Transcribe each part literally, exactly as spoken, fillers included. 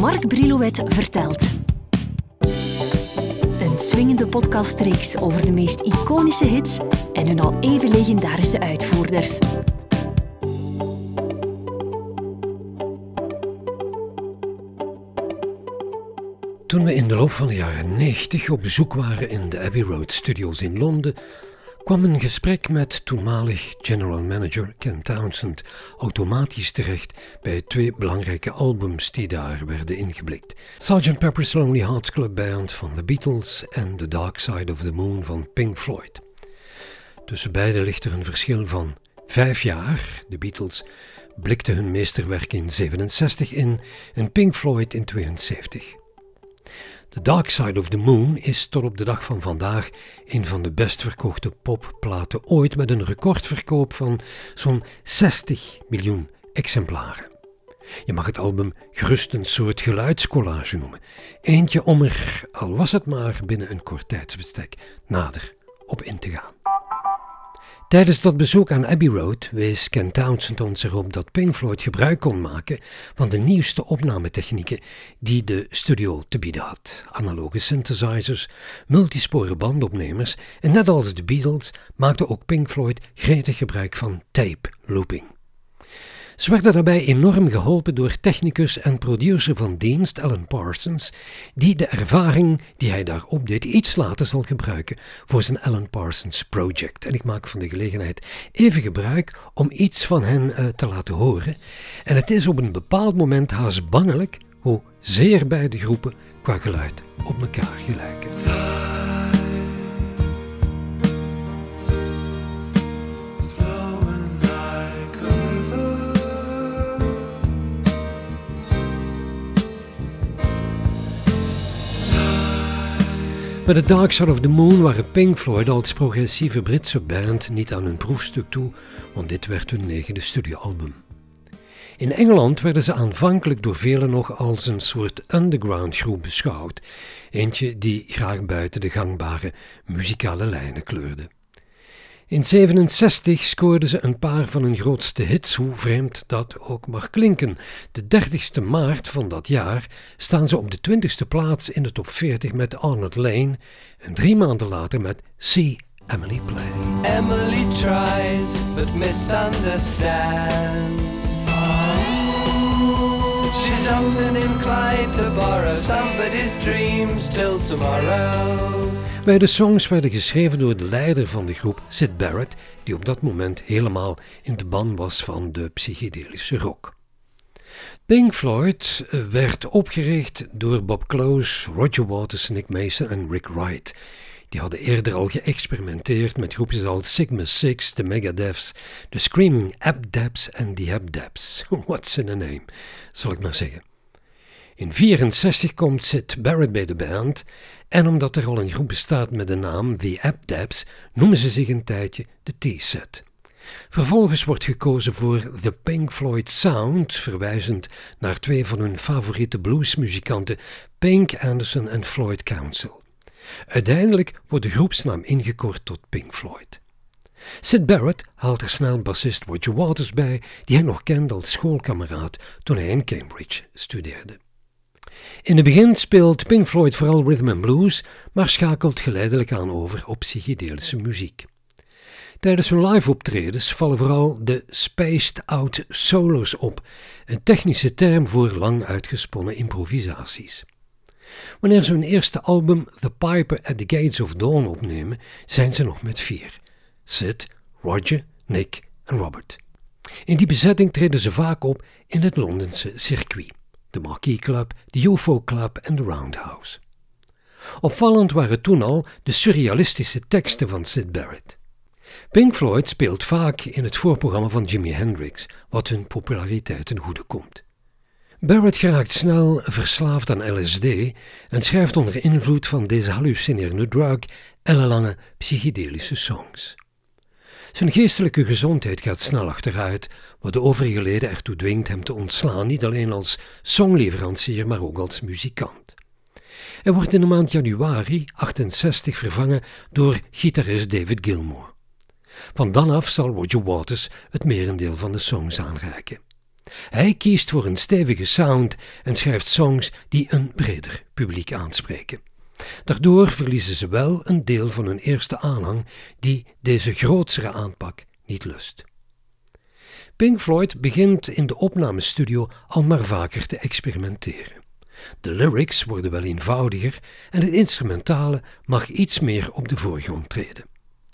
Mark Brilouet vertelt. Een swingende podcastreeks over de meest iconische hits en hun al even legendarische uitvoerders. Toen we in de loop van de jaren negentig op bezoek waren in de Abbey Road Studios in Londen, kwam een gesprek met toenmalig general manager Ken Townsend automatisch terecht bij twee belangrijke albums die daar werden ingeblikt. sergeant Pepper's Lonely Hearts Club Band van The Beatles en The Dark Side of the Moon van Pink Floyd. Tussen beide ligt er een verschil van vijf jaar. De Beatles blikten hun meesterwerk in zevenenzestig in en Pink Floyd in tweeënzeventig. The Dark Side of the Moon is tot op de dag van vandaag een van de best verkochte popplaten ooit met een recordverkoop van zo'n zestig miljoen exemplaren. Je mag het album gerust een soort geluidscollage noemen. Eentje om er, al was het maar binnen een kort tijdsbestek, nader op in te gaan. Tijdens dat bezoek aan Abbey Road wees Ken Townsend ons erop dat Pink Floyd gebruik kon maken van de nieuwste opnametechnieken die de studio te bieden had. Analoge synthesizers, multisporen bandopnemers en net als de Beatles maakte ook Pink Floyd gretig gebruik van tape looping. Ze werden daarbij enorm geholpen door technicus en producer van dienst Alan Parsons, die de ervaring die hij daar opdeed iets later zal gebruiken voor zijn Alan Parsons Project. En ik maak van de gelegenheid even gebruik om iets van hen uh, te laten horen. En het is op een bepaald moment haast bangelijk hoe zeer beide groepen qua geluid op elkaar gelijken. Bij The Dark Side of the Moon waren Pink Floyd als progressieve Britse band niet aan hun proefstuk toe, want dit werd hun negende studioalbum. In Engeland werden ze aanvankelijk door velen nog als een soort underground groep beschouwd, eentje die graag buiten de gangbare muzikale lijnen kleurde. In zevenenzestig scoorden ze een paar van hun grootste hits, hoe vreemd dat ook mag klinken. De dertigste maart van dat jaar staan ze op de twintigste plaats in de top veertig met Arnold Lane en drie maanden later met See Emily Play. Emily tries but misunderstands. She's often inclined to borrow somebody's dreams till tomorrow. Beide songs werden geschreven door de leider van de groep, Syd Barrett, die op dat moment helemaal in de ban was van de psychedelische rock. Pink Floyd werd opgericht door Bob Close, Roger Waters, Nick Mason en Rick Wright. Die hadden eerder al geëxperimenteerd met groepjes als Sigma Six, de Megadeths, de Screaming Abdabs en The Abdabs. What's in a name, zal ik maar zeggen. In negentien vierenzestig komt Syd Barrett bij de band en omdat er al een groep bestaat met de naam The Abdabs, noemen ze zich een tijdje de T-set. Vervolgens wordt gekozen voor The Pink Floyd Sound, verwijzend naar twee van hun favoriete bluesmuzikanten Pink Anderson en Floyd Council. Uiteindelijk wordt de groepsnaam ingekort tot Pink Floyd. Syd Barrett haalt er snel bassist Roger Waters bij, die hij nog kende als schoolkameraad toen hij in Cambridge studeerde. In het begin speelt Pink Floyd vooral rhythm and blues, maar schakelt geleidelijk aan over op psychedelische muziek. Tijdens hun live optredens vallen vooral de spaced out solos op, een technische term voor lang uitgesponnen improvisaties. Wanneer ze hun eerste album The Piper at the Gates of Dawn opnemen, zijn ze nog met vier. Syd, Roger, Nick en Robert. In die bezetting treden ze vaak op in het Londense circuit. De Marquee Club, de U F O Club en de Roundhouse. Opvallend waren toen al de surrealistische teksten van Syd Barrett. Pink Floyd speelt vaak in het voorprogramma van Jimi Hendrix, wat hun populariteit ten goede komt. Barrett geraakt snel verslaafd aan L S D en schrijft onder invloed van deze hallucinerende drug ellenlange psychedelische songs. Zijn geestelijke gezondheid gaat snel achteruit, wat de overige leden ertoe dwingt hem te ontslaan, niet alleen als songleverancier, maar ook als muzikant. Hij wordt in de maand januari achtenzestig vervangen door gitarist David Gilmour. Van dan af zal Roger Waters het merendeel van de songs aanreiken. Hij kiest voor een stevige sound en schrijft songs die een breder publiek aanspreken. Daardoor verliezen ze wel een deel van hun eerste aanhang die deze grootsere aanpak niet lust. Pink Floyd begint in de opnamestudio al maar vaker te experimenteren. De lyrics worden wel eenvoudiger en het instrumentale mag iets meer op de voorgrond treden.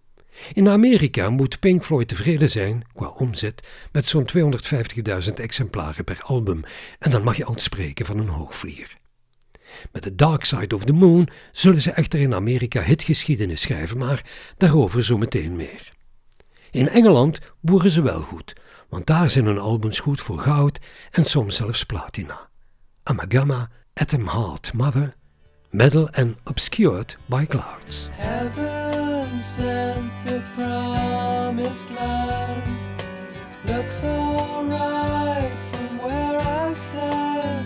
In Amerika moet Pink Floyd tevreden zijn, qua omzet, met zo'n tweehonderdvijftigduizend exemplaren per album en dan mag je al spreken van een hoogvlieger. Met The Dark Side of the Moon zullen ze echter in Amerika hitgeschiedenis schrijven, maar daarover zo meteen meer. In Engeland boeren ze wel goed, want daar zijn hun albums goed voor goud en soms zelfs platina. Amalgama, Atom Heart Mother, Metal and Obscured by Clouds. Heaven sent the promised land. Looks alright from where I stand.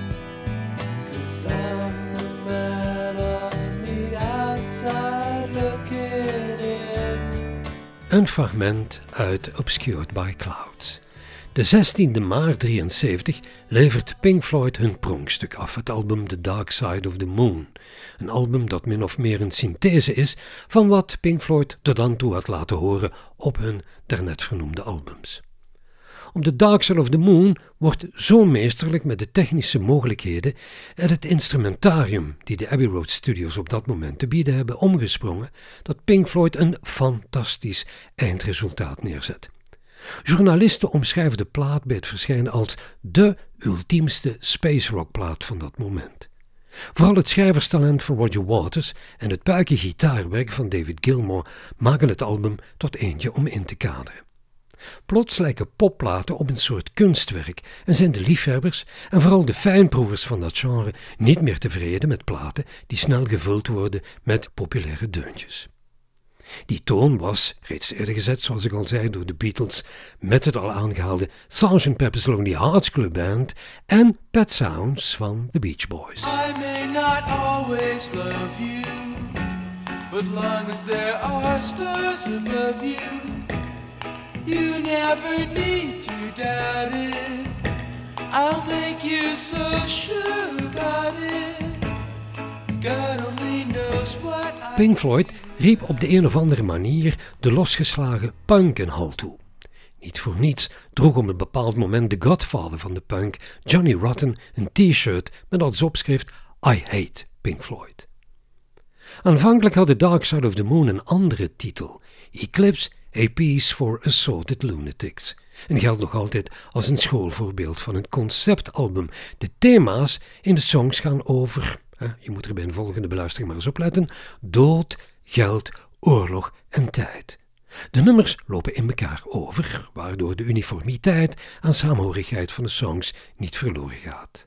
'Cause I'm the man on the outside looking in. Een fragment uit Obscured by Clouds. De zestiende maart drieënzeventig levert Pink Floyd hun pronkstuk af, het album The Dark Side of the Moon. Een album dat min of meer een synthese is van wat Pink Floyd tot dan toe had laten horen op hun daarnet vernoemde albums. Op The Dark Side of the Moon wordt zo meesterlijk met de technische mogelijkheden en het instrumentarium die de Abbey Road Studios op dat moment te bieden hebben omgesprongen, dat Pink Floyd een fantastisch eindresultaat neerzet. Journalisten omschrijven de plaat bij het verschijnen als de ultiemste space rock plaat van dat moment. Vooral het schrijverstalent van Roger Waters en het puiken gitaarwerk van David Gilmour maken het album tot eentje om in te kaderen. Plots lijken popplaten op een soort kunstwerk en zijn de liefhebbers en vooral de fijnproevers van dat genre niet meer tevreden met platen die snel gevuld worden met populaire deuntjes. Die toon was reeds eerder gezet, zoals ik al zei, door de Beatles met het al aangehaalde sergeant Pepper's Lonely Hearts Club Band en Pet Sounds van The Beach Boys. I may not always love you, but long as there are stars above you, you never need to doubt it. I'll make you so sure about it. God only knows what I... Pink Floyd riep op de een of andere manier de losgeslagen punk een halt toe. Niet voor niets droeg op een bepaald moment de godfather van de punk, Johnny Rotten, een t-shirt met als opschrift I hate Pink Floyd. Aanvankelijk had The Dark Side of the Moon een andere titel, Eclipse, A Piece for Assorted Lunatics, en geldt nog altijd als een schoolvoorbeeld van een conceptalbum. De thema's in de songs gaan over, je moet er bij een volgende beluistering maar eens opletten, dood, geld, oorlog en tijd. De nummers lopen in elkaar over, waardoor de uniformiteit en saamhorigheid van de songs niet verloren gaat.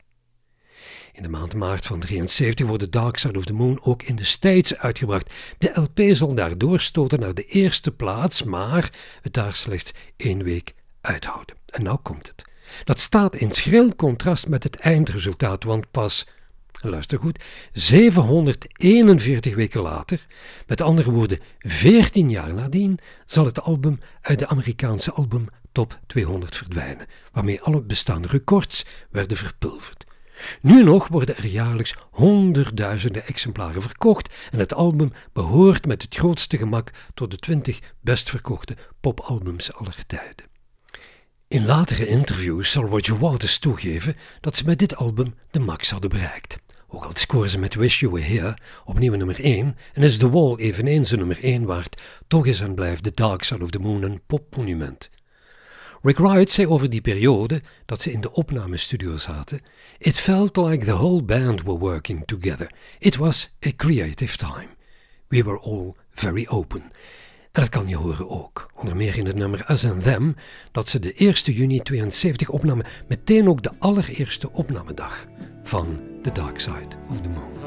In de maand maart van drieënzeventig wordt The Dark Side of the Moon ook in de States uitgebracht. De L P zal daardoor stoten naar de eerste plaats, maar het daar slechts één week uithouden. En nou komt het. Dat staat in schril contrast met het eindresultaat, want pas, luister goed, zevenhonderdeenenveertig weken later, met andere woorden veertien jaar nadien, zal het album uit de Amerikaanse album Top tweehonderd verdwijnen, waarmee alle bestaande records werden verpulverd. Nu nog worden er jaarlijks honderdduizenden exemplaren verkocht en het album behoort met het grootste gemak tot de twintig best verkochte popalbums aller tijden. In latere interviews zal Roger Waters toegeven dat ze met dit album de max hadden bereikt. Ook al scoren ze met Wish You Were Here opnieuw nummer één en is The Wall eveneens een nummer één waard, toch is en blijft The Dark Side of the Moon een popmonument. Rick Wright zei over die periode dat ze in de opnamestudio zaten: It felt like the whole band were working together. It was a creative time. We were all very open. En dat kan je horen ook, onder meer in het nummer Us and Them, dat ze de eerste juni tweeënzeventig opnamen, meteen ook de allereerste opnamedag van The Dark Side of the Moon.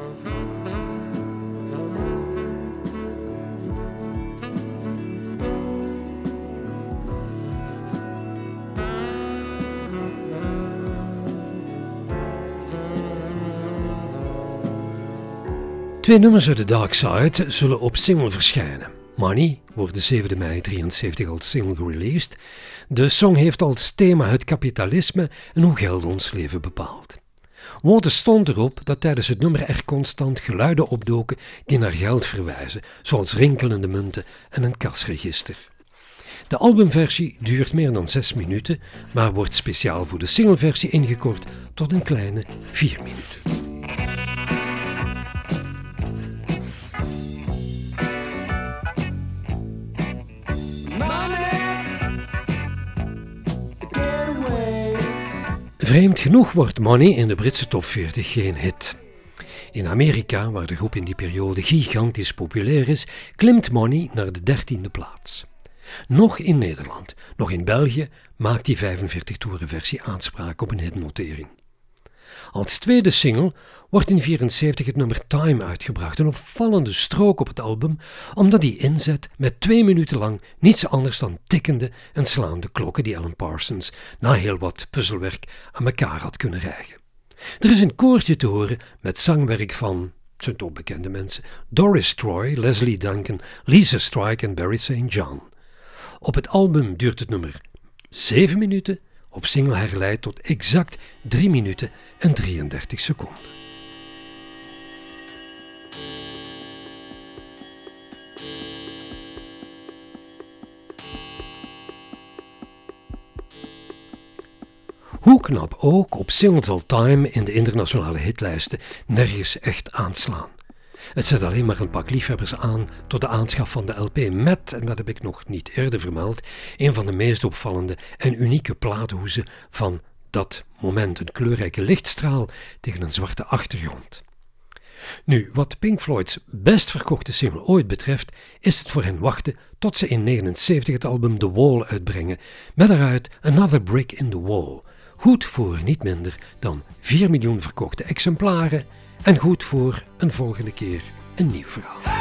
Twee nummers uit The Dark Side zullen op single verschijnen. Money wordt de zevende mei drieënzeventig als single gereleased. De song heeft als thema het kapitalisme en hoe geld ons leven bepaalt. Waters stond erop dat tijdens het nummer er constant geluiden opdoken die naar geld verwijzen, zoals rinkelende munten en een kasregister. De albumversie duurt meer dan zes minuten, maar wordt speciaal voor de singleversie ingekort tot een kleine vier minuten. Vreemd genoeg wordt Money in de Britse top veertig geen hit. In Amerika, waar de groep in die periode gigantisch populair is, klimt Money naar de dertiende plaats. Nog in Nederland, nog in België maakt die vijfenveertig toeren versie aanspraak op een hitnotering. Als tweede single wordt in negentien vierenzeventig het nummer Time uitgebracht, een opvallende strook op het album, omdat die inzet met twee minuten lang niets anders dan tikkende en slaande klokken die Alan Parsons na heel wat puzzelwerk aan elkaar had kunnen rijgen. Er is een koortje te horen met zangwerk van, het zijn toch bekende mensen, Doris Troy, Leslie Duncan, Lisa Strike en Barry Saint John. Op het album duurt het nummer zeven minuten, op single herleid tot exact drie minuten en drieëndertig seconden. Hoe knap ook, op single zal Time in de internationale hitlijsten nergens echt aanslaan. Het zet alleen maar een pak liefhebbers aan tot de aanschaf van de L P met, en dat heb ik nog niet eerder vermeld, een van de meest opvallende en unieke platenhoezen van dat moment. Een kleurrijke lichtstraal tegen een zwarte achtergrond. Nu, wat Pink Floyd's best verkochte single ooit betreft, is het voor hen wachten tot ze in negentien negenenzeventig het album The Wall uitbrengen, met daaruit Another Brick in the Wall. Goed voor niet minder dan vier miljoen verkochte exemplaren en goed voor een volgende keer een nieuw verhaal.